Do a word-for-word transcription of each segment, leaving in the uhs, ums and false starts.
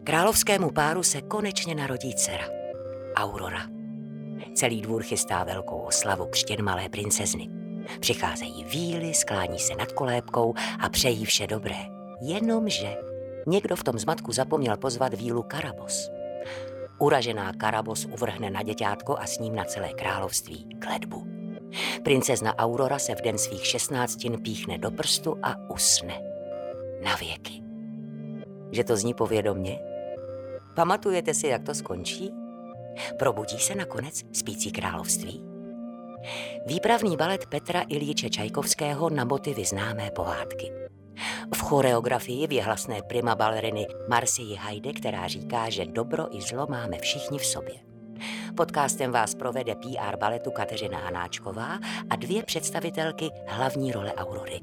Královskému páru se konečně narodí dcera, Aurora. Celý dvůr chystá velkou oslavu křtěn malé princezny. Přicházejí víly, sklání se nad kolébkou a přejí vše dobré. Jenomže někdo v tom zmatku zapomněl pozvat vílu Karabos. Uražená Karabos uvrhne na děťátko a s ním na celé království kletbu. Princezna Aurora se v den svých šestnáctin píchne do prstu a usne. Na věky. Že to zní povědomně? Pamatujete si, jak to skončí? Probudí se nakonec spící království? Výpravný balet Petra Iljiče Čajkovského na motivy známé pohádky. V choreografii věhlasné prima baleriny Marcii Haide, která říká, že dobro i zlo máme všichni v sobě. Podcastem vás provede P R baletu Kateřina Hanáčková a dvě představitelky hlavní role Aurory.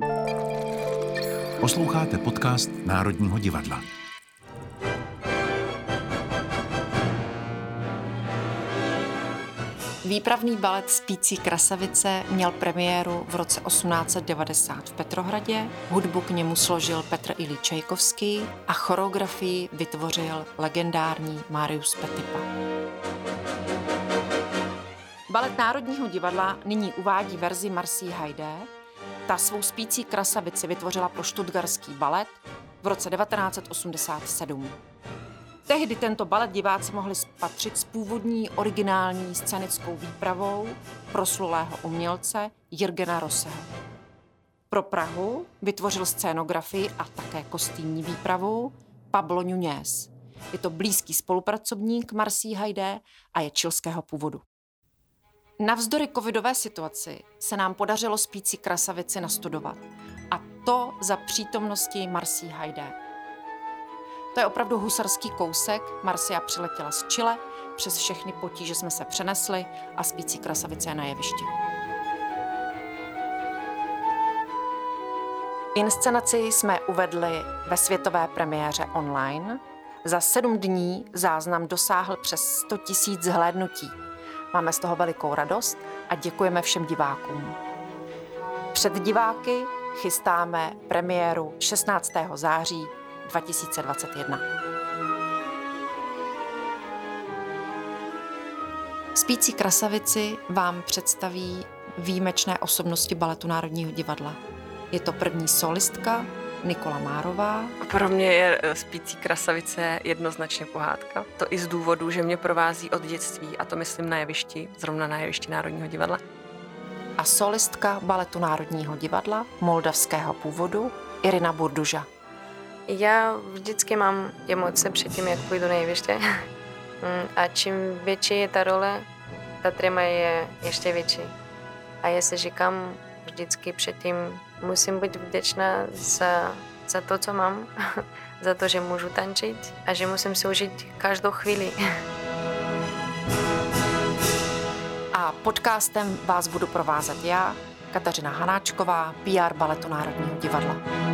Posloucháte podcast Národního divadla. Výpravný balet Spící krasavice měl premiéru v roce osmnáct set devadesát v Petrohradě, hudbu k němu složil Petr Iljič Čajkovský a choreografii vytvořil legendární Marius Petipa. Balet Národního divadla nyní uvádí verzi Marcii Haide. Ta svou Spící krasavici vytvořila pro Štutgarský balet v roce devatenáct set osmdesát sedm. Tehdy tento balet diváci mohli spatřit s původní originální scénickou výpravou proslulého umělce Jirgena Rosseho. Pro Prahu vytvořil scénografii a také kostýmní výpravu Pablo Núñez. Je to blízký spolupracovník Marcii Haide a je chilského původu. Navzdory covidové situaci se nám podařilo Spící krasavici nastudovat. A to za přítomnosti Marcii Haide. To je opravdu husarský kousek. Marcia přiletěla z Chile, přes všechny potíže jsme se přenesli a Spící krasavice je na jevišti. Inscenaci jsme uvedli ve světové premiéře online. Za sedm dní záznam dosáhl přes sto tisíc zhlédnutí. Máme z toho velikou radost a děkujeme všem divákům. Před diváky chystáme premiéru šestnáctého září dva tisíce dvacet jedna. Spící krasavici vám představí výjimečné osobnosti baletu Národního divadla. Je to první solistka Nikola Márová. Pro mě je Spící krasavice jednoznačně pohádka. To i z důvodu, že mě provází od dětství, a to myslím na jevišti, zrovna na jevišti Národního divadla. A solistka baletu Národního divadla moldavského původu Irina Burduža. Já vždycky mám emoce před tím, jak půjdu na jeviště. A čím větší je ta role, ta trema je ještě větší. A já si říkám vždycky předtím, musím být vděčná za, za to, co mám, za to, že můžu tančit a že musím si užít každou chvíli. A podcastem vás budu provázet já, Kateřina Hanáčková, P R baletu Národního divadla.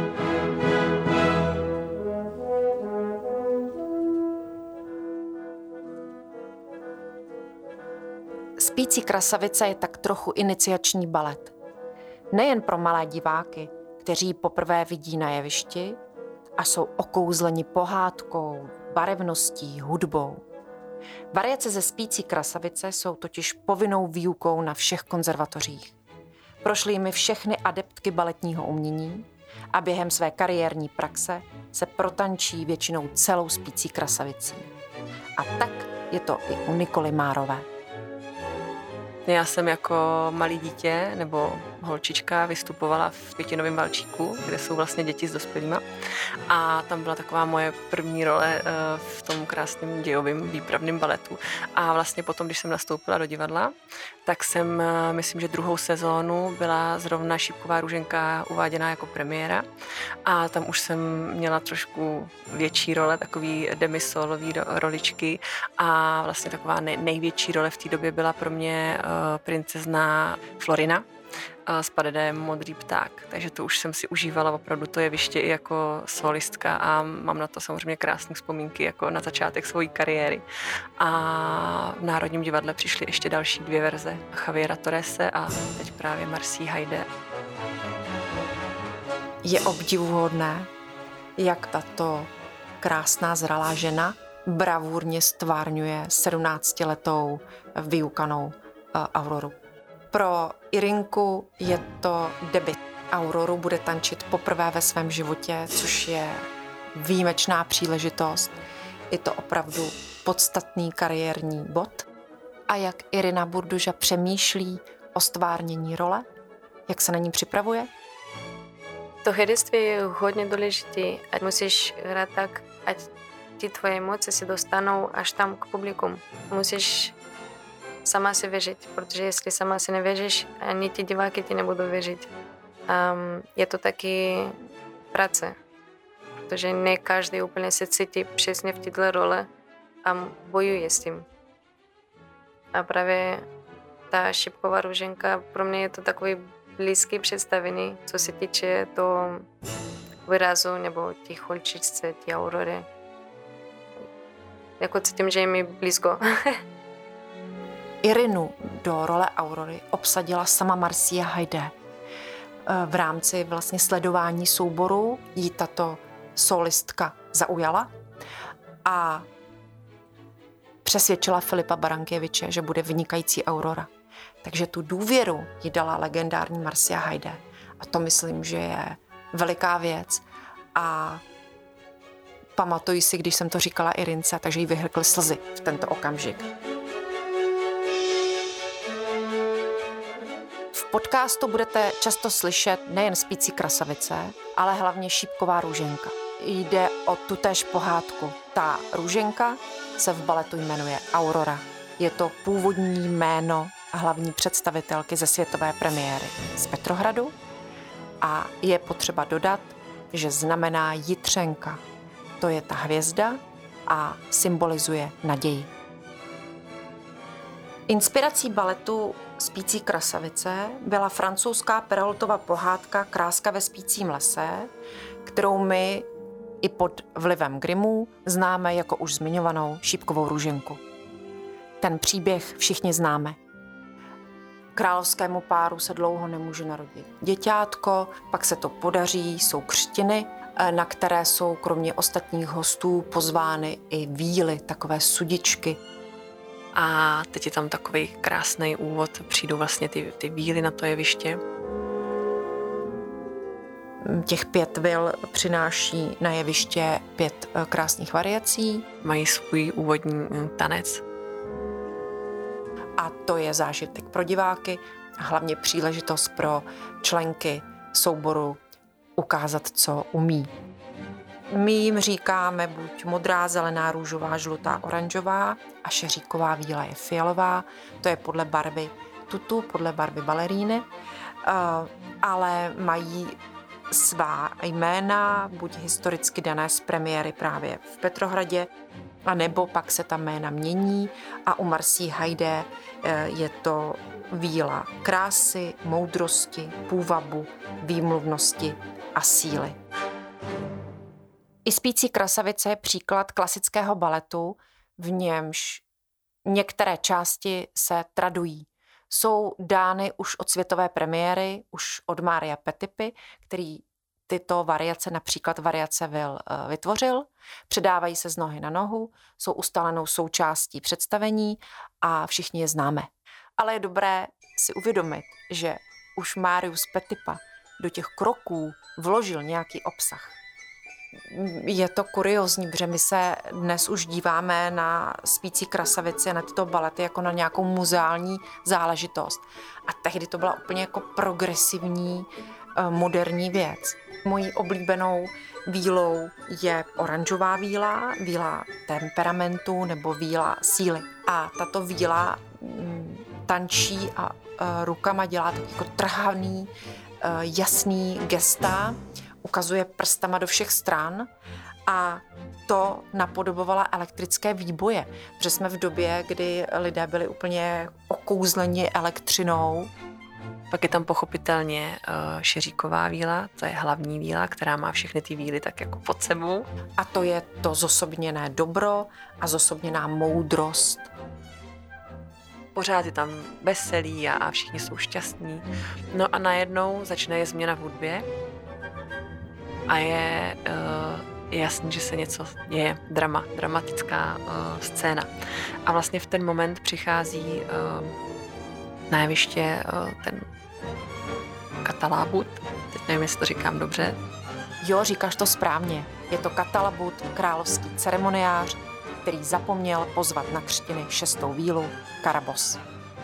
Spící krasavice je tak trochu iniciační balet. Nejen pro malé diváky, kteří ji poprvé vidí na jevišti a jsou okouzleni pohádkou, barevností, hudbou. Variace ze Spící krasavice jsou totiž povinnou výukou na všech konzervatořích. Prošly jimi všechny adeptky baletního umění a během své kariérní praxe se protančí většinou celou Spící krasavicí. A tak je to i u Nikoly Márové. Já jsem jako malý dítě nebo holčička vystupovala v Květinovém valčíku, kde jsou vlastně děti s dospělýma. A tam byla taková moje první role v tom krásném dějovém výpravném baletu. A vlastně potom, když jsem nastoupila do divadla, tak jsem, myslím, že druhou sezónu byla zrovna Šípková růženka uváděná jako premiéra. A tam už jsem měla trošku větší role, takový demisolový roličky. A vlastně taková největší role v té době byla pro mě princezna Florina s Padedem Modrý pták. Takže to už jsem si užívala opravdu to jeviště i jako solistka a mám na to samozřejmě krásné vzpomínky jako na začátek své kariéry. A v Národním divadle přišly ještě další dvě verze Javiera Torrese a teď právě Marcii Haide. Je obdivuhodné, jak tato krásná zralá žena, bravurně stvárňuje sedmnáctiletou vyukanou Auroru. Pro Irinku je to debut. Auroru bude tančit poprvé ve svém životě, což je výjimečná příležitost. Je to opravdu podstatný kariérní bod. A jak Irina Burduža přemýšlí o stvárnění role? Jak se na ní připravuje? To herectví je hodně důležité a musíš hrát tak, ať ty tvoje emoce se dostanou až tam k publikum. Musíš sama si věřit, protože jestli sama si nevěříš, ani ty diváky ti nebudou věřit. Um, je to taky práce, protože ne každý úplně se cítí přesně v této role a bojuje s tím. A právě ta Šipková Růženka, pro mě je to takový blízký představení, co se týče toho výrazu nebo těch holčičce, ty Aurory. Jako cítím, že je mi blízko. Irinu do role Aurory obsadila sama Marcia Haydé. V rámci vlastně sledování souboru jí tato solistka zaujala a přesvědčila Filipa Barankěviče, že bude vynikající Aurora. Takže tu důvěru jí dala legendární Marcia Haydé. A to myslím, že je veliká věc. A pamatuji si, když jsem to říkala Irince, takže jí vyhrkly slzy v tento okamžik. V podcastu budete často slyšet nejen Spící krasavice, ale hlavně Šípková Růženka. Jde o tutéž pohádku. Ta Růženka se v baletu jmenuje Aurora. Je to původní jméno hlavní představitelky ze světové premiéry z Petrohradu a je potřeba dodat, že znamená jitřenka. To je ta hvězda a symbolizuje naději. Inspirací baletu Spící krasavice byla francouzská Perraultova pohádka Kráska ve spícím lese, kterou my i pod vlivem Grimmů známe jako už zmiňovanou Šípkovou Růženku. Ten příběh všichni známe. Královskému páru se dlouho nemůže narodit děťátko, pak se to podaří, jsou křtiny, na které jsou kromě ostatních hostů pozvány i víly, takové sudičky. A teď je tam takový krásný úvod, přijdou vlastně ty, ty víly na to jeviště. Těch pět vil přináší na jeviště pět krásných variací. Mají svůj úvodní tanec. A to je zážitek pro diváky a hlavně příležitost pro členky souboru ukázat, co umí. My jim říkáme buď modrá, zelená, růžová, žlutá, oranžová a šeříková víla je fialová. To je podle barvy tutu, podle barvy baleríny, ale mají svá jména, buď historicky dané z premiéry právě v Petrohradě, a nebo pak se ta jména mění a u Marcie Haydé je to víla krásy, moudrosti, půvabu, výmluvnosti a síly. I Spící krasavice je příklad klasického baletu, v němž některé části se tradují. Jsou dány už od světové premiéry, už od Mária Petipy, který tyto variace, například variace vil, vytvořil. Předávají se z nohy na nohu, jsou ustálenou součástí představení a všichni je známe. Ale je dobré si uvědomit, že už Marius Petipa do těch kroků vložil nějaký obsah. Je to kuriózní, protože my se dnes už díváme na Spící krasavici a na tyto balety jako na nějakou muzeální záležitost. A tehdy to byla úplně jako progresivní, moderní věc. Mojí oblíbenou vílou je oranžová víla, víla temperamentu nebo víla síly. A tato víla tančí a rukama dělá tak jako trhaný, jasný gesta, ukazuje prstama do všech stran a to napodobovala elektrické výboje, protože jsme v době, kdy lidé byli úplně okouzleni elektřinou. Pak je tam pochopitelně uh, šeříková víla, to je hlavní víla, která má všechny ty víly tak jako pod sebou. A to je to zosobněné dobro a zosobněná moudrost. Pořád je tam veselí a, a všichni jsou šťastní. No a najednou začne je změna v hudbě a je uh, je jasný, že se něco děje, drama, dramatická uh, scéna. A vlastně v ten moment přichází uh, na jeviště uh, ten Katalabut, teď nevím, jestli to říkám dobře. Jo, říkáš to správně. Je to Katalabut, královský ceremoniář, který zapomněl pozvat na křtiny šestou vílu Karabos.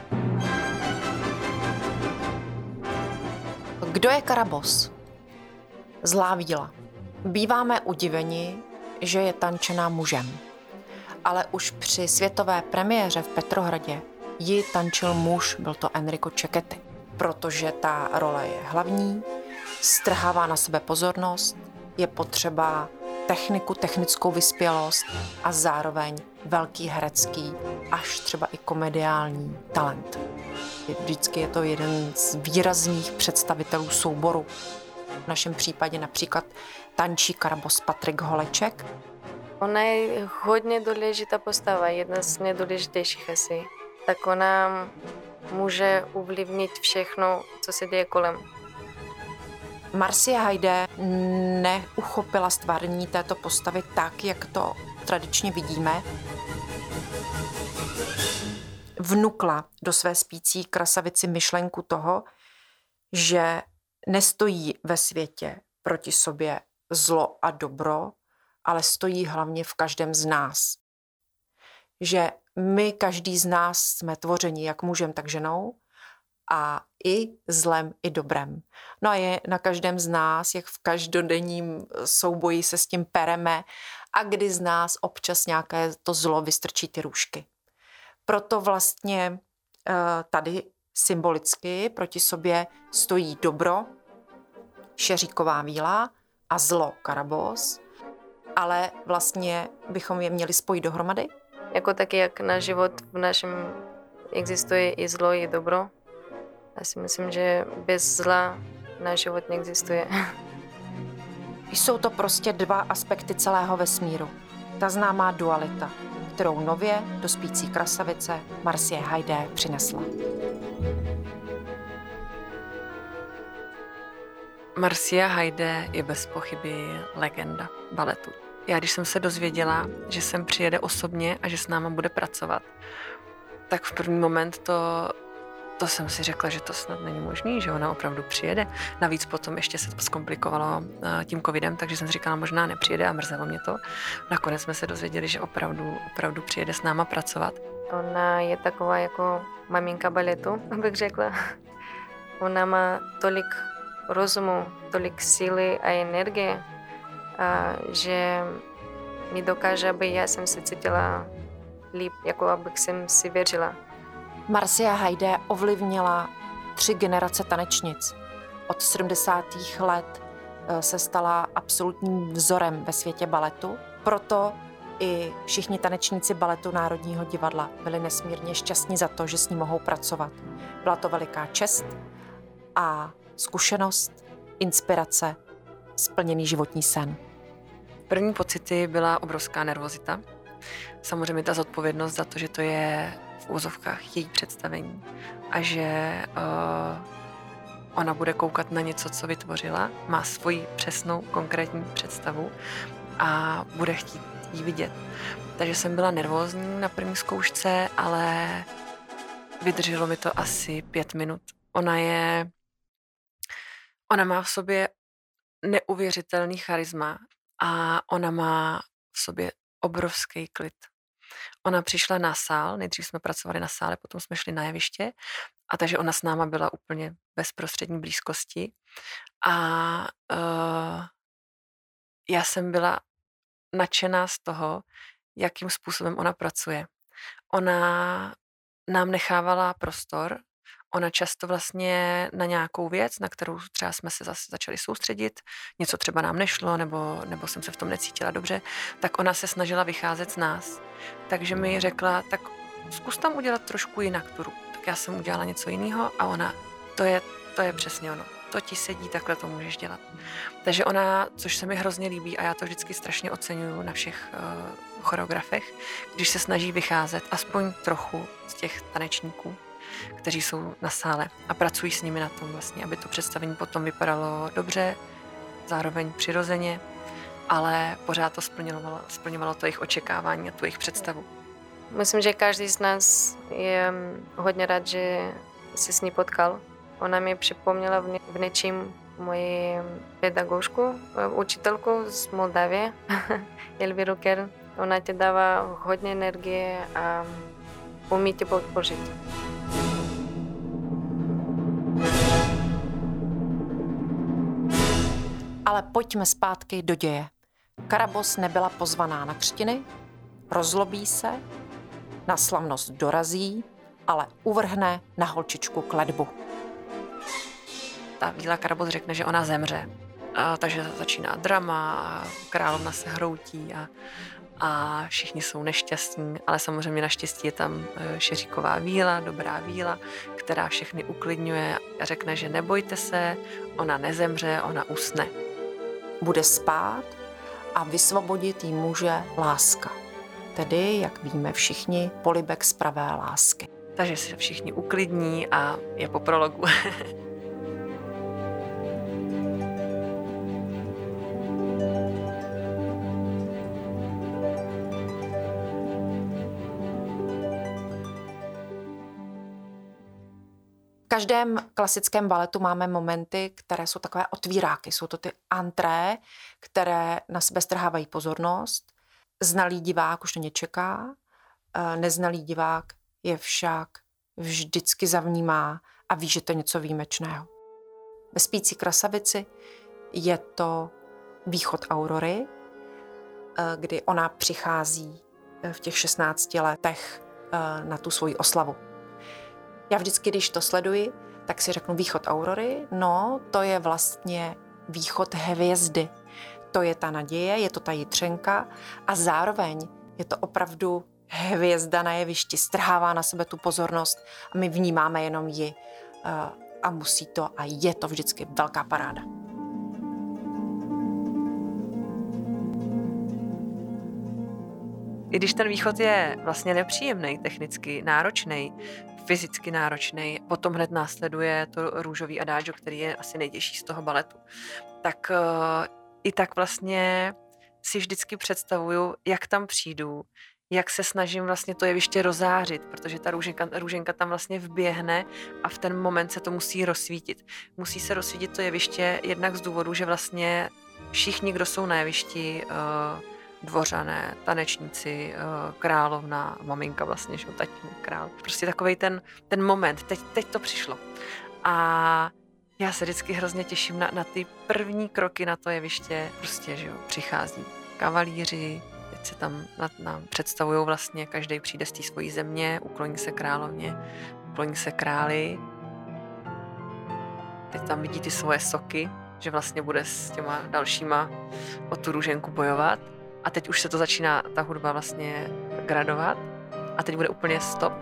Kdo je Karabos? Zlá víla. Býváme udiveni, že je tančená mužem. Ale už při světové premiéře v Petrohradě ji tančil muž, byl to Enrico Cecchetti. Protože ta role je hlavní, strhává na sebe pozornost, je potřeba techniku, technickou vyspělost a zároveň velký herecký, až třeba i komediální talent. Vždycky je to jeden z výrazných představitelů souboru. V našem případě například tančí Karabos Patrik Holeček. Ona je hodně důležitá postava, jedna z nejdůležitějších asi. Tak ona může ovlivnit všechno, co se děje kolem. Marcia Haydé neuchopila stvárnění této postavy tak, jak to tradičně vidíme. Vnukla do své spící krasavici myšlenku toho, že nestojí ve světě proti sobě zlo a dobro, ale stojí hlavně v každém z nás. Že my, každý z nás, jsme tvořeni jak mužem, tak ženou a i zlem, i dobrem. No a je na každém z nás, jak v každodenním souboji se s tím pereme a kdy z nás občas nějaké to zlo vystrčí ty růžky. Proto vlastně tady symbolicky proti sobě stojí dobro, šeříková víla a zlo Karabos, ale vlastně bychom je měli spojit dohromady. Jako taky, jak na život v našem existuje i zlo, i dobro. Já si myslím, že bez zla náš život neexistuje. Jsou to prostě dva aspekty celého vesmíru. Ta známá dualita, kterou nově do spící krasavice Marcie Haydé přinesla. Marcia Haydé je bez pochyby legenda baletu. Já když jsem se dozvěděla, že sem přijede osobně a že s náma bude pracovat, tak v první moment to, to jsem si řekla, že to snad není možný, že ona opravdu přijede. Navíc potom ještě se to zkomplikovalo tím covidem, takže jsem si říkala, možná nepřijede a mrzelo mě to. Nakonec jsme se dozvěděli, že opravdu, opravdu přijede s náma pracovat. Ona je taková jako maminka baletu, bych řekla. Ona má tolik rozumu, tolik síly a energie, a že mi dokáže, aby já jsem se cítila líp, jako abych jsem si věřila. Marcia Haydé ovlivnila tři generace tanečnic. Od sedmdesátých let se stala absolutním vzorem ve světě baletu, proto i všichni tanečníci baletu Národního divadla byli nesmírně šťastní za to, že s ní mohou pracovat. Byla to veliká čest a zkušenost, inspirace, splněný životní sen. První pocity byla obrovská nervozita. Samozřejmě ta zodpovědnost za to, že to je v uvozovkách její představení a že uh, ona bude koukat na něco, co vytvořila, má svoji přesnou, konkrétní představu a bude chtít ji vidět. Takže jsem byla nervózní na první zkoušce, ale vydrželo mi to asi pět minut. Ona je, ona má v sobě neuvěřitelný charisma a ona má v sobě obrovský klid. Ona přišla na sál, nejdřív jsme pracovali na sále, potom jsme šli na jeviště, a takže ona s náma byla úplně v bezprostřední blízkosti a uh, já jsem byla nadšená z toho, jakým způsobem ona pracuje. Ona nám nechávala prostor, ona často vlastně na nějakou věc, na kterou třeba jsme se zase začali soustředit, něco třeba nám nešlo, nebo, nebo jsem se v tom necítila dobře, tak ona se snažila vycházet z nás. Takže mi řekla, tak zkus tam udělat trošku jinak tu ruku. Tak já jsem udělala něco jiného a ona, to je, to je přesně ono. To ti sedí, takhle to můžeš dělat. Takže ona, což se mi hrozně líbí a já to vždycky strašně oceňuju na všech uh, choreografech, když se snaží vycházet aspoň trochu z těch tanečníků, kteří jsou na sále a pracují s nimi na tom vlastně, aby to představení potom vypadalo dobře, zároveň přirozeně ale pořád to splňovalo, splňovalo to jejich očekávání a tu jejich představu. Myslím, že každý z nás je hodně rád, že se s ní potkal. Ona mi připomněla v, ně, v něčím moji pedagožku, učitelku z Moldavie, Elviru Kern. Ona ti dává hodně energie a umí tě podpořit. Ale pojďme zpátky do děje. Karabos nebyla pozvaná na křtiny, rozlobí se, na slavnost dorazí, ale uvrhne na holčičku kletbu. Ta Víla Karabos řekne, že ona zemře. A, takže začíná drama, královna se hroutí a, a všichni jsou nešťastní, ale samozřejmě naštěstí je tam Šeříková Víla, dobrá Víla, která všechny uklidňuje a řekne, že nebojte se, ona nezemře, ona usne. Bude spát a vysvobodit jí může láska. Tedy, jak víme všichni, polibek z pravé lásky. Takže se všichni uklidní a je po prologu. V každém klasickém baletu máme momenty, které jsou takové otvíráky. Jsou to ty antré, které na sebe strhávají pozornost. Znalý divák už to nečeká, neznalý divák je však vždycky zavnímá a ví, že to je něco výjimečného. Ve Spící krasavici je to východ Aurory, kdy ona přichází v těch šestnácti letech na tu svoji oslavu. Já vždycky, když to sleduji, tak si řeknu východ Aurory, no to je vlastně východ hvězdy. To je ta naděje, je to ta jitřenka a zároveň je to opravdu hvězda na jevišti, strhává na sebe tu pozornost a my vnímáme jenom ji a musí to a je to vždycky velká paráda. I když ten východ je vlastně nepříjemný, technicky náročný, fyzicky náročný, potom hned následuje to růžový adagio, který je asi nejtěžší z toho baletu, tak uh, i tak vlastně si vždycky představuju, jak tam přijdu, jak se snažím vlastně to jeviště rozářit, protože ta růženka, růženka tam vlastně vběhne a v ten moment se to musí rozsvítit. Musí se rozsvítit to jeviště jednak z důvodu, že vlastně všichni, kdo jsou na jevišti, uh, dvořané, tanečníci, královna, maminka vlastně, že tatín, král. Prostě takovej ten, ten moment, teď, teď to přišlo. A já se vždycky hrozně těším na, na ty první kroky na to jeviště. Prostě, že jo, přichází kavalíři, teď se tam nám představujou vlastně, každý přijde z té svojí země, ukloní se královně, ukloní se králi. Teď tam vidí ty svoje soky, že vlastně bude s těma dalšíma o tu růženku bojovat. A teď už se to začíná, ta hudba vlastně gradovat. A teď bude úplně stop.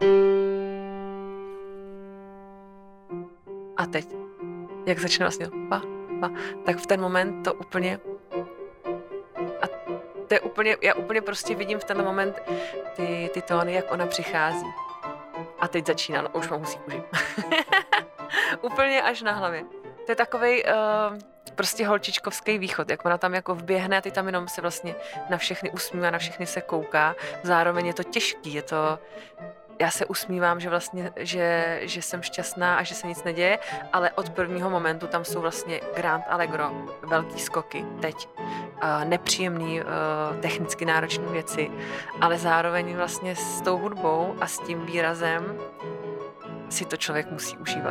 A teď, jak začne vlastně pa, pa, tak v ten moment to úplně... A to je úplně, já úplně prostě vidím v ten moment ty, ty tóny, jak ona přichází. A teď začíná, no už mám husí kůži. Úplně až na hlavě. To je takovej... Uh, prostě holčičkovský východ, jak ona tam jako vběhne a ty tam jenom se vlastně na všechny usmívá, na všechny se kouká. Zároveň je to těžký, je to... Já se usmívám, že vlastně, že, že jsem šťastná a že se nic neděje, ale od prvního momentu tam jsou vlastně grand allegro, velký skoky, teď. Uh, nepříjemný, uh, technicky náročné věci, ale zároveň vlastně s tou hudbou a s tím výrazem si to člověk musí užívat.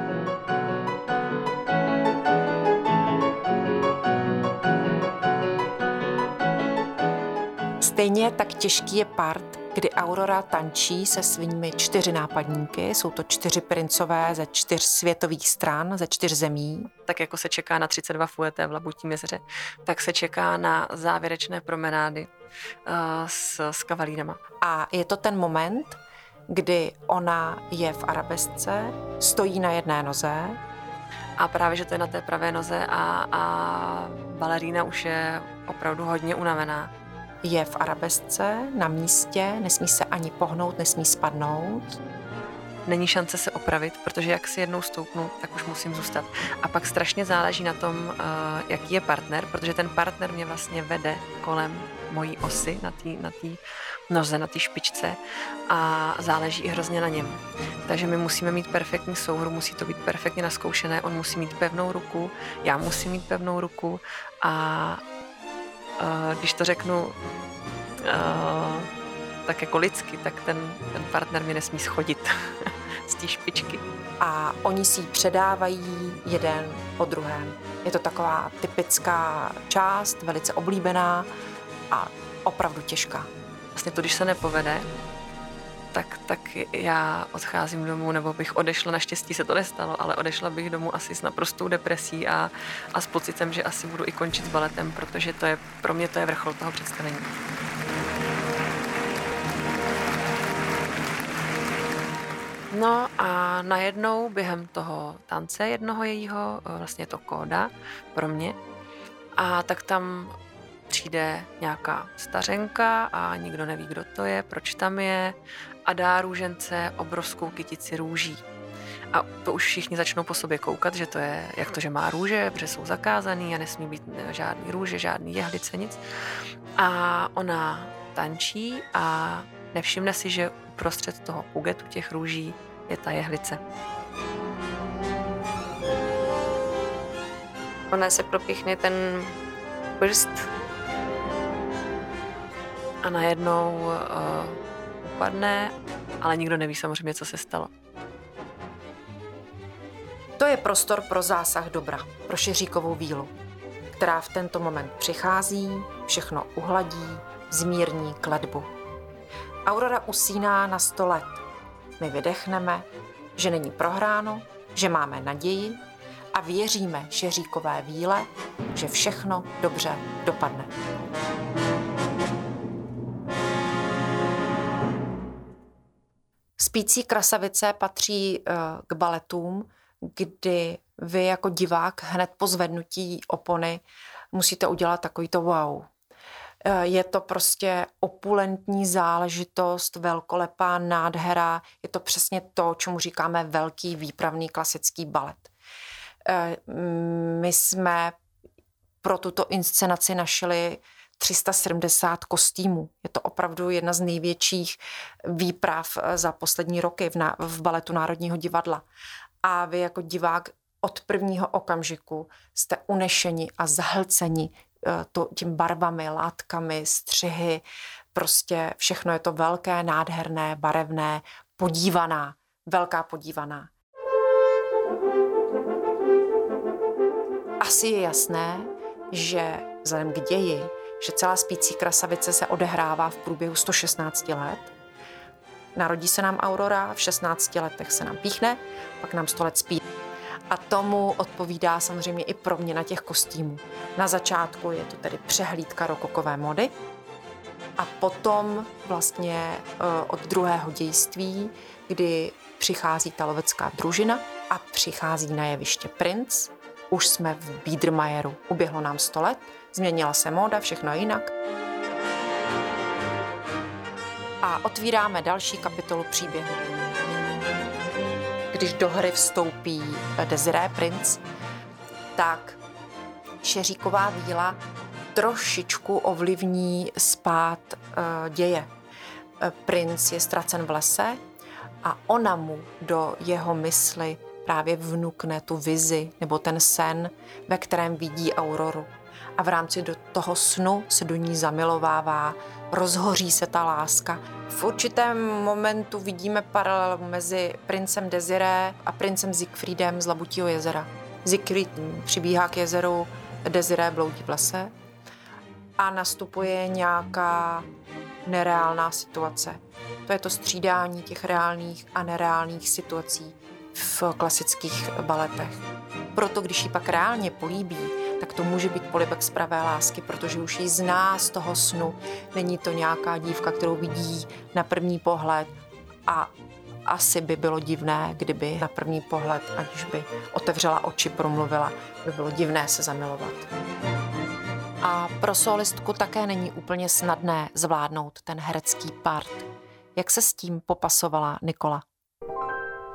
Stejně tak těžký je part, kdy Aurora tančí se svými čtyři nápadníky. Jsou to čtyři princové ze čtyř světových stran, ze čtyř zemí. Tak jako se čeká na třicet dva fouetté v Labutím jezeře, tak se čeká na závěrečné promenády uh, s, s kavalírama. A je to ten moment, kdy ona je v arabesce, stojí na jedné noze. A právě, že to je na té pravé noze a, a balerína už je opravdu hodně unavená. Je v arabesce, na místě, nesmí se ani pohnout, nesmí spadnout. není šance se opravit, protože jak si jednou stoupnu, tak už musím zůstat. A pak strašně záleží na tom, jaký je partner, protože ten partner mě vlastně vede kolem mojí osy na té na té noze, na té špičce a záleží i hrozně na něm. Takže my musíme mít perfektní souhru, musí to být perfektně naskoušené, on musí mít pevnou ruku, já musím mít pevnou ruku a uh, když to řeknu uh, tak jako lidsky, tak ten, ten partner mě nesmí schodit z té špičky. A oni si ji předávají jeden po druhém. Je to taková typická část, velice oblíbená a opravdu těžká. Vlastně to, když se nepovede, tak, tak já odcházím domů, nebo bych odešla, naštěstí se to nestalo, ale odešla bych domů asi s naprostou depresí a, a s pocitem, že asi budu i končit s baletem, protože to je, pro mě to je vrchol toho představení. No a najednou během toho tance jednoho jejího, vlastně je to kóda pro mě, a tak tam přijde nějaká stařenka a nikdo neví, kdo to je, proč tam je a dá růžence obrovskou kytici růží. A to už všichni začnou po sobě koukat, že to je, jak to, že má růže, protože jsou zakázaný a nesmí být žádný růže, žádný jehlice, nic. A ona tančí a nevšimne si, že uprostřed toho pugetu těch růží je ta jehlice. Ona se propíchne ten prst a najednou uh, upadne, ale nikdo neví samozřejmě, co se stalo. To je prostor pro zásah dobra, pro Šeříkovou vílu, která v tento moment přichází, všechno uhladí, zmírní kletbu. Aurora usíná na sto let. My vydechneme, že není prohráno, že máme naději a věříme Šeříkové víle, že všechno dobře dopadne. Spící krasavice patří uh, k baletům, kdy vy jako divák hned po zvednutí opony musíte udělat takovýto wow. Je to prostě opulentní záležitost, velkolepá nádhera, je to přesně to, čemu říkáme velký výpravný klasický balet. My jsme pro tuto inscenaci našli tři sta sedmdesát kostýmů. Je to opravdu jedna z největších výprav za poslední roky v, na, v baletu Národního divadla. A vy jako divák od prvního okamžiku jste unešeni a zahlceni to, tím barvami, látkami, střihy. Prostě všechno je to velké, nádherné, barevné, podívaná, velká podívaná. Asi je jasné, že vzhledem k ději, že celá Spící krasavice se odehrává v průběhu sto šestnáct let. Narodí se nám Aurora, v šestnácti letech se nám píchne, pak nám sto let spí. A tomu odpovídá samozřejmě i proměna těch kostýmů. Na začátku je to tedy přehlídka rokokové mody a potom vlastně od druhého dějství, kdy přichází ta lovecká družina a přichází na jeviště princ. Už jsme v Biedermeieru, uběhlo nám sto let, změnila se móda, všechno je jinak. A otvíráme další kapitolu příběhu. Když do hry vstoupí Désiré princ, tak Šeříková víla trošičku ovlivní spád uh, děje. Princ je ztracen v lese a ona mu do jeho mysli právě vnukne tu vizi nebo ten sen, ve kterém vidí Auroru. A v rámci do toho snu se do ní zamilovává, rozhoří se ta láska. V určitém momentu vidíme paralelu mezi princem Désiré a princem Siegfriedem z Labutího jezera. Siegfried přibíhá k jezeru, Désiré bloudí v lese a nastupuje nějaká nereálná situace. To je to střídání těch reálných a nereálných situací v klasických baletech. Proto, když ji pak reálně políbí, tak to může být polibek z pravé lásky, protože už ji zná z toho snu. Není to nějaká dívka, kterou vidí na první pohled a asi by bylo divné, kdyby na první pohled, aniž by otevřela oči, promluvila, by bylo divné se zamilovat. A pro solistku také není úplně snadné zvládnout ten herecký part. Jak se s tím popasovala Nikola?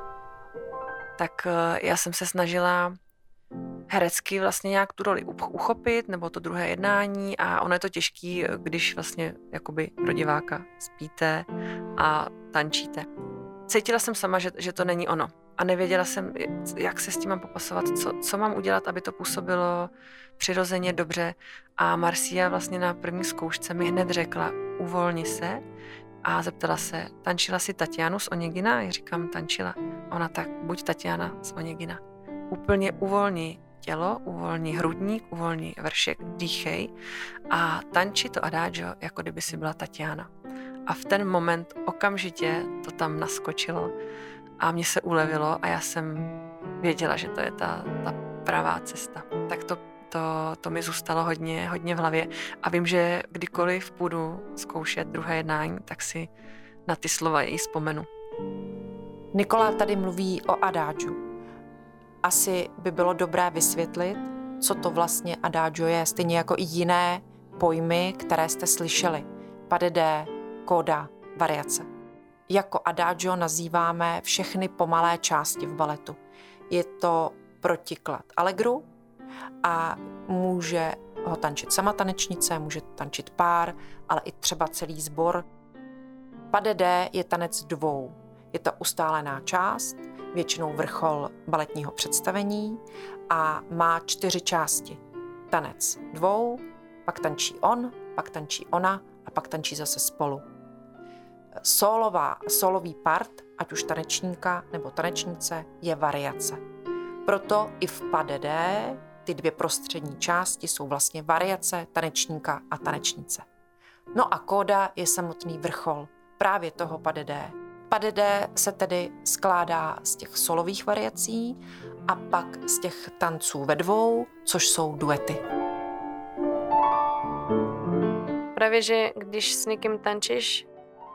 tak já jsem se snažila herecky vlastně nějak tu roli uchopit, nebo to druhé jednání a ono je to těžký, když vlastně jakoby pro diváka spíte a tančíte. Cítila jsem sama, že, že to není ono a nevěděla jsem, jak se s tím mám popasovat, co, co mám udělat, aby to působilo přirozeně dobře a Marcia vlastně na první zkoušce mi hned řekla, uvolni se a zeptala se, tančila si Tatianu z Oněgina? Já říkám, tančila. Ona tak, buď Tatiana z Oněgina. Úplně uvolni tělo, uvolni hrudník, uvolni vršek, dýchej a tanči to adagio, jako kdyby si byla Tatiana. A v ten moment okamžitě to tam naskočilo a mně se ulevilo a já jsem věděla, že to je ta, ta pravá cesta. Tak to, to, to mi zůstalo hodně, hodně v hlavě a vím, že kdykoliv půjdu zkoušet druhé jednání, tak si na ty slova její vzpomenu. Nikola tady mluví o adagiu. Asi by bylo dobré vysvětlit, co to vlastně adagio je, stejně jako i jiné pojmy, které jste slyšeli. Pas de deux, coda, variace. Jako adagio nazýváme všechny pomalé části v baletu. Je to protiklad allegru a může ho tančit sama tanečnice, může tančit pár, ale i třeba celý sbor. Pas de deux je tanec dvou. Je to ustálená část, většinou vrchol baletního představení a má čtyři části. Tanec dvou, pak tančí on, pak tančí ona a pak tančí zase spolu. Solová, solový part, ať už tanečníka nebo tanečnice, je variace. Proto i v pas de deux ty dvě prostřední části jsou vlastně variace tanečníka a tanečnice. No a coda je samotný vrchol právě toho pas de deux. Pas de deux se tedy skládá z těch solových variací a pak z těch tanců ve dvou, což jsou duety. Právě, že když s někým tančíš,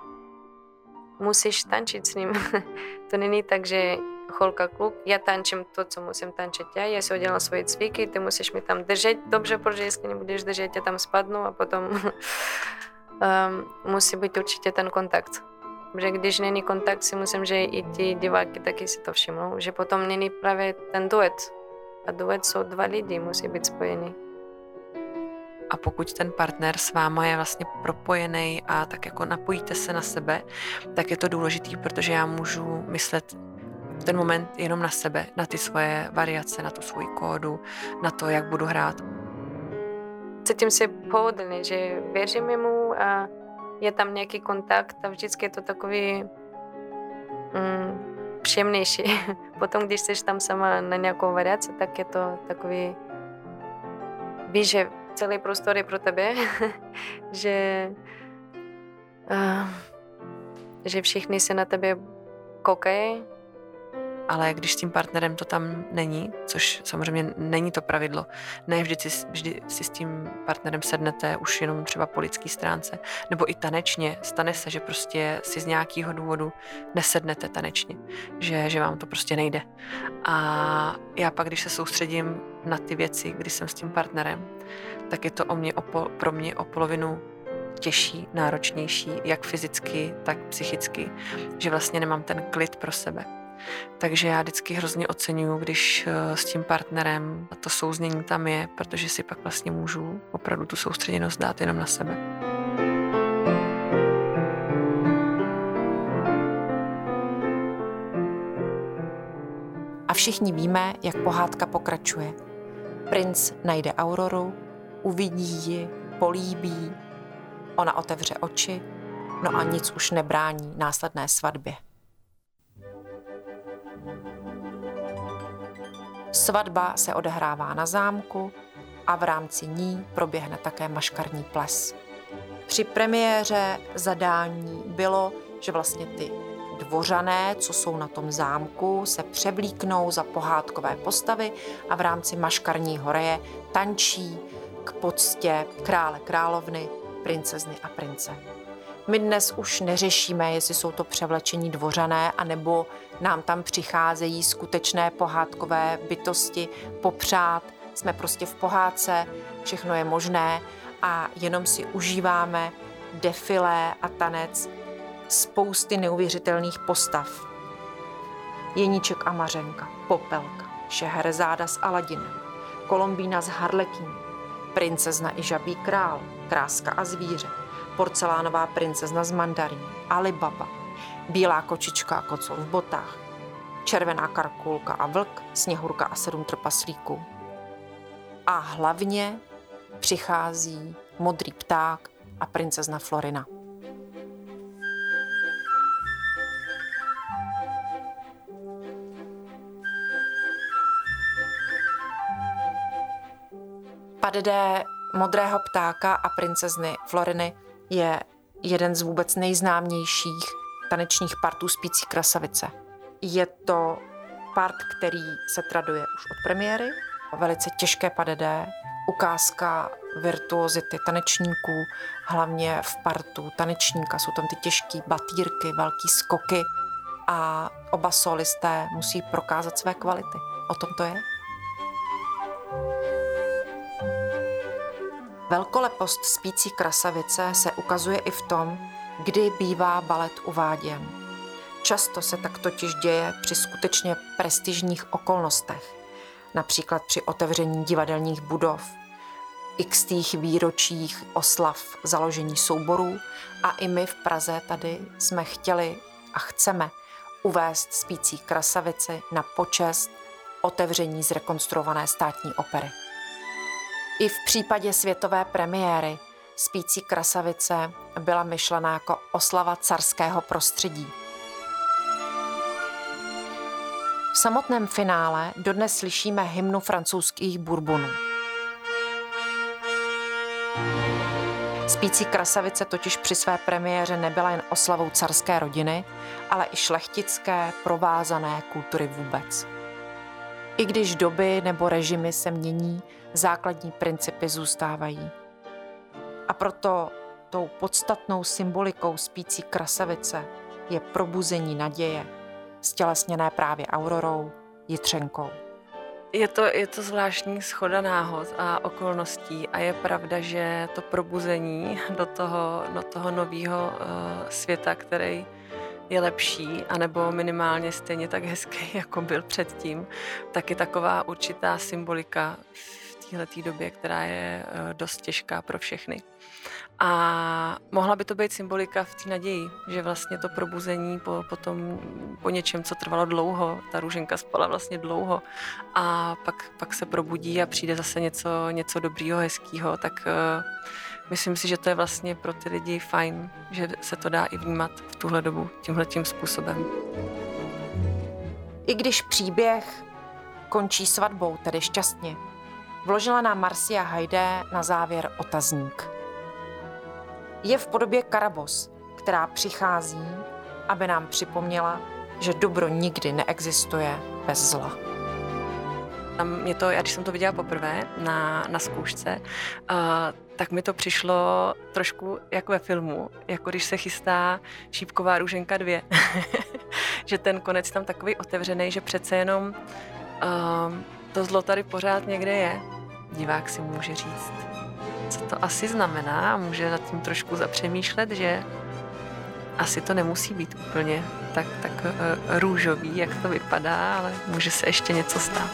musíš tančit s ním. To není tak, že holka, kluk, já tančím to, co musím tančit já, já si udělám svoje cviky, ty musíš mi tam držet dobře, protože jestli nebudeš držet, já tam spadnu a potom um, musí být určitě ten kontakt. Protože když není kontakt, si myslím, že i ti diváky taky si to všimnou, že potom není právě ten duet. A duet jsou dva lidi, musí být spojení. A pokud ten partner s váma je vlastně propojený a tak jako napojíte se na sebe, tak je to důležitý, protože já můžu myslet v ten moment jenom na sebe, na ty svoje variace, na tu svoji kódu, na to, jak budu hrát. Cítím se pohodlně, že věřím mu a je tam nějaký kontakt a vždycky je to takový mm, příjemnější. Potom, když jsi tam sama na nějakou variaci, tak je to takový, víš, že celý prostor je pro tebe, že, uh, že všichni se na tebe koukají. Ale když s tím partnerem to tam není, což samozřejmě není to pravidlo, ne vždy si, vždy si s tím partnerem sednete už jenom třeba po lidský stránce, nebo i tanečně. Stane se, že prostě si z nějakého důvodu nesednete tanečně, že, že vám to prostě nejde. A já pak, když se soustředím na ty věci, kdy jsem s tím partnerem, tak je to o mě, o pol, pro mě o polovinu těžší, náročnější, jak fyzicky, tak psychicky, že vlastně nemám ten klid pro sebe. Takže já vždycky hrozně oceňuju, když s tím partnerem to souznění tam je, protože si pak vlastně můžu opravdu tu soustředěnost dát jenom na sebe. A všichni víme, jak pohádka pokračuje. Princ najde Auroru, uvidí ji, políbí, ona otevře oči, no a nic už nebrání následné svatbě. Svatba se odehrává na zámku a v rámci ní proběhne také maškarní ples. Při premiéře zadání bylo, že vlastně ty dvořané, co jsou na tom zámku, se převlíknou za pohádkové postavy a v rámci maškarního reje tančí k poctě krále, královny, princezny a prince. My dnes už neřešíme, jestli jsou to převlečení dvořané, anebo nám tam přicházejí skutečné pohádkové bytosti popřát. Jsme prostě v pohádce, všechno je možné a jenom si užíváme defilé a tanec spousty neuvěřitelných postav. Jeníček a Mařenka, Popelka, Šeherezáda s Aladinem, Kolombína s Harlekínem, Princezna i žabí král, Kráska a zvíře, Porcelánová princezna z mandarín, Alibaba, Bílá kočička a kocour v botách, Červená karkulka a vlk, Sněhurka a sedm trpaslíků. A hlavně přichází Modrý pták a princezna Florina. Padedé Modrého ptáka a princezny Floriny je jeden z vůbec nejznámějších tanečních partů Spící krasavice. Je to part, který se traduje už od premiéry, velice těžké padedé, ukázka virtuozity tanečníků, hlavně v partu tanečníka. Jsou tam ty těžké batýrky, velký skoky a oba solisté musí prokázat své kvality. O tom to je. Velkolepost Spící krasavice se ukazuje i v tom, kdy bývá balet uváděn. Často se tak totiž děje při skutečně prestižních okolnostech, například při otevření divadelních budov, xtých výročích oslav založení souborů a i my v Praze tady jsme chtěli a chceme uvést Spící krasavici na počest otevření zrekonstruované státní opery. I v případě světové premiéry Spící krasavice byla myšlena jako oslava carského prostředí. V samotném finále dodnes slyšíme hymnu francouzských Bourbonů. Spící krasavice totiž při své premiéře nebyla jen oslavou carské rodiny, ale i šlechtické, provázané kultury vůbec. I když doby nebo režimy se mění, základní principy zůstávají. A proto tou podstatnou symbolikou Spící krasavice je probuzení naděje, stělesněné právě Aurorou, Jitřenkou. Je to, je to zvláštní shoda náhod a okolností a je pravda, že to probuzení do toho, do toho nového uh, světa, který je lepší, anebo minimálně stejně tak hezký, jako byl předtím, tak je taková určitá symbolika v téhleté době, která je uh, dost těžká pro všechny. A mohla by to být symbolika v té naději, že vlastně to probuzení po, po, tom, po něčem, co trvalo dlouho, ta růženka spala vlastně dlouho a pak, pak se probudí a přijde zase něco, něco dobrýho, hezkýho, tak uh, myslím si, že to je vlastně pro ty lidi fajn, že se to dá i vnímat v tuhle dobu tímhletím způsobem. I když příběh končí svatbou, tedy šťastně, vložila nám Marcia Haydé na závěr otazník. Je v podobě Karabos, která přichází, aby nám připomněla, že dobro nikdy neexistuje bez zla. Mě to, já když jsem to viděla poprvé na, na zkoušce, uh, tak mi to přišlo trošku jako ve filmu, jako když se chystá Šípková růženka dvě. Že ten konec tam takový otevřený, že přece jenom uh, to zlo tady pořád někde je. Divák si může říct, co to asi znamená a může nad tím trošku zapřemýšlet, že asi to nemusí být úplně tak, tak uh, růžový, jak to vypadá, ale může se ještě něco stát.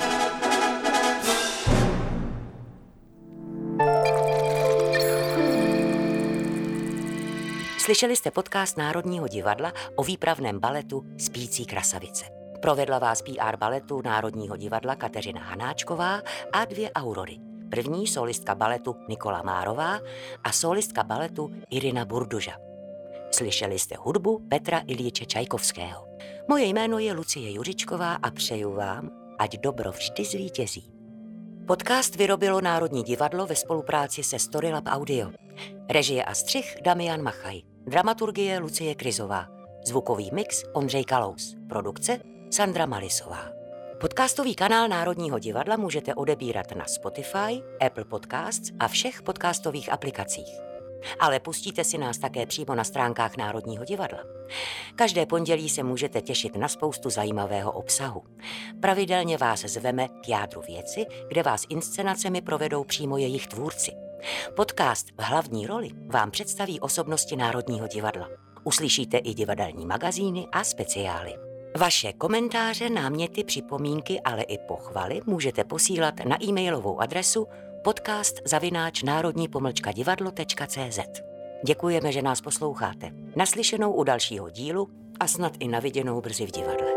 Slyšeli jste podcast Národního divadla o výpravném baletu Spící krasavice. Provedla vás P R baletu Národního divadla Kateřina Hanáčková a dvě Aurory. První solistka baletu Nikola Márová a solistka baletu Irina Burduža. Slyšeli jste hudbu Petra Iljiče Čajkovského. Moje jméno je Lucie Juřičková a přeju vám, ať dobro vždy zvítězí. Podcast vyrobilo Národní divadlo ve spolupráci se Storylab Audio. Režie a střih Damian Machaj. Dramaturgie Lucie Kryzová. Zvukový mix Ondřej Kalous. Produkce Sandra Malisová. Podcastový kanál Národního divadla můžete odebírat na Spotify, Apple Podcasts a všech podcastových aplikacích. Ale pustíte si nás také přímo na stránkách Národního divadla. Každé pondělí se můžete těšit na spoustu zajímavého obsahu. Pravidelně vás zveme k jádru věci, kde vás inscenacemi provedou přímo jejich tvůrci. Podcast v hlavní roli vám představí osobnosti Národního divadla. Uslyšíte i divadelní magazíny a speciály. Vaše komentáře, náměty, připomínky, ale i pochvaly můžete posílat na e-mailovou adresu podcast zavináč národní pomlčka divadlo tečka cé zet. Děkujeme, že nás posloucháte. Naslyšenou u dalšího dílu a snad i na viděnou brzy v divadle.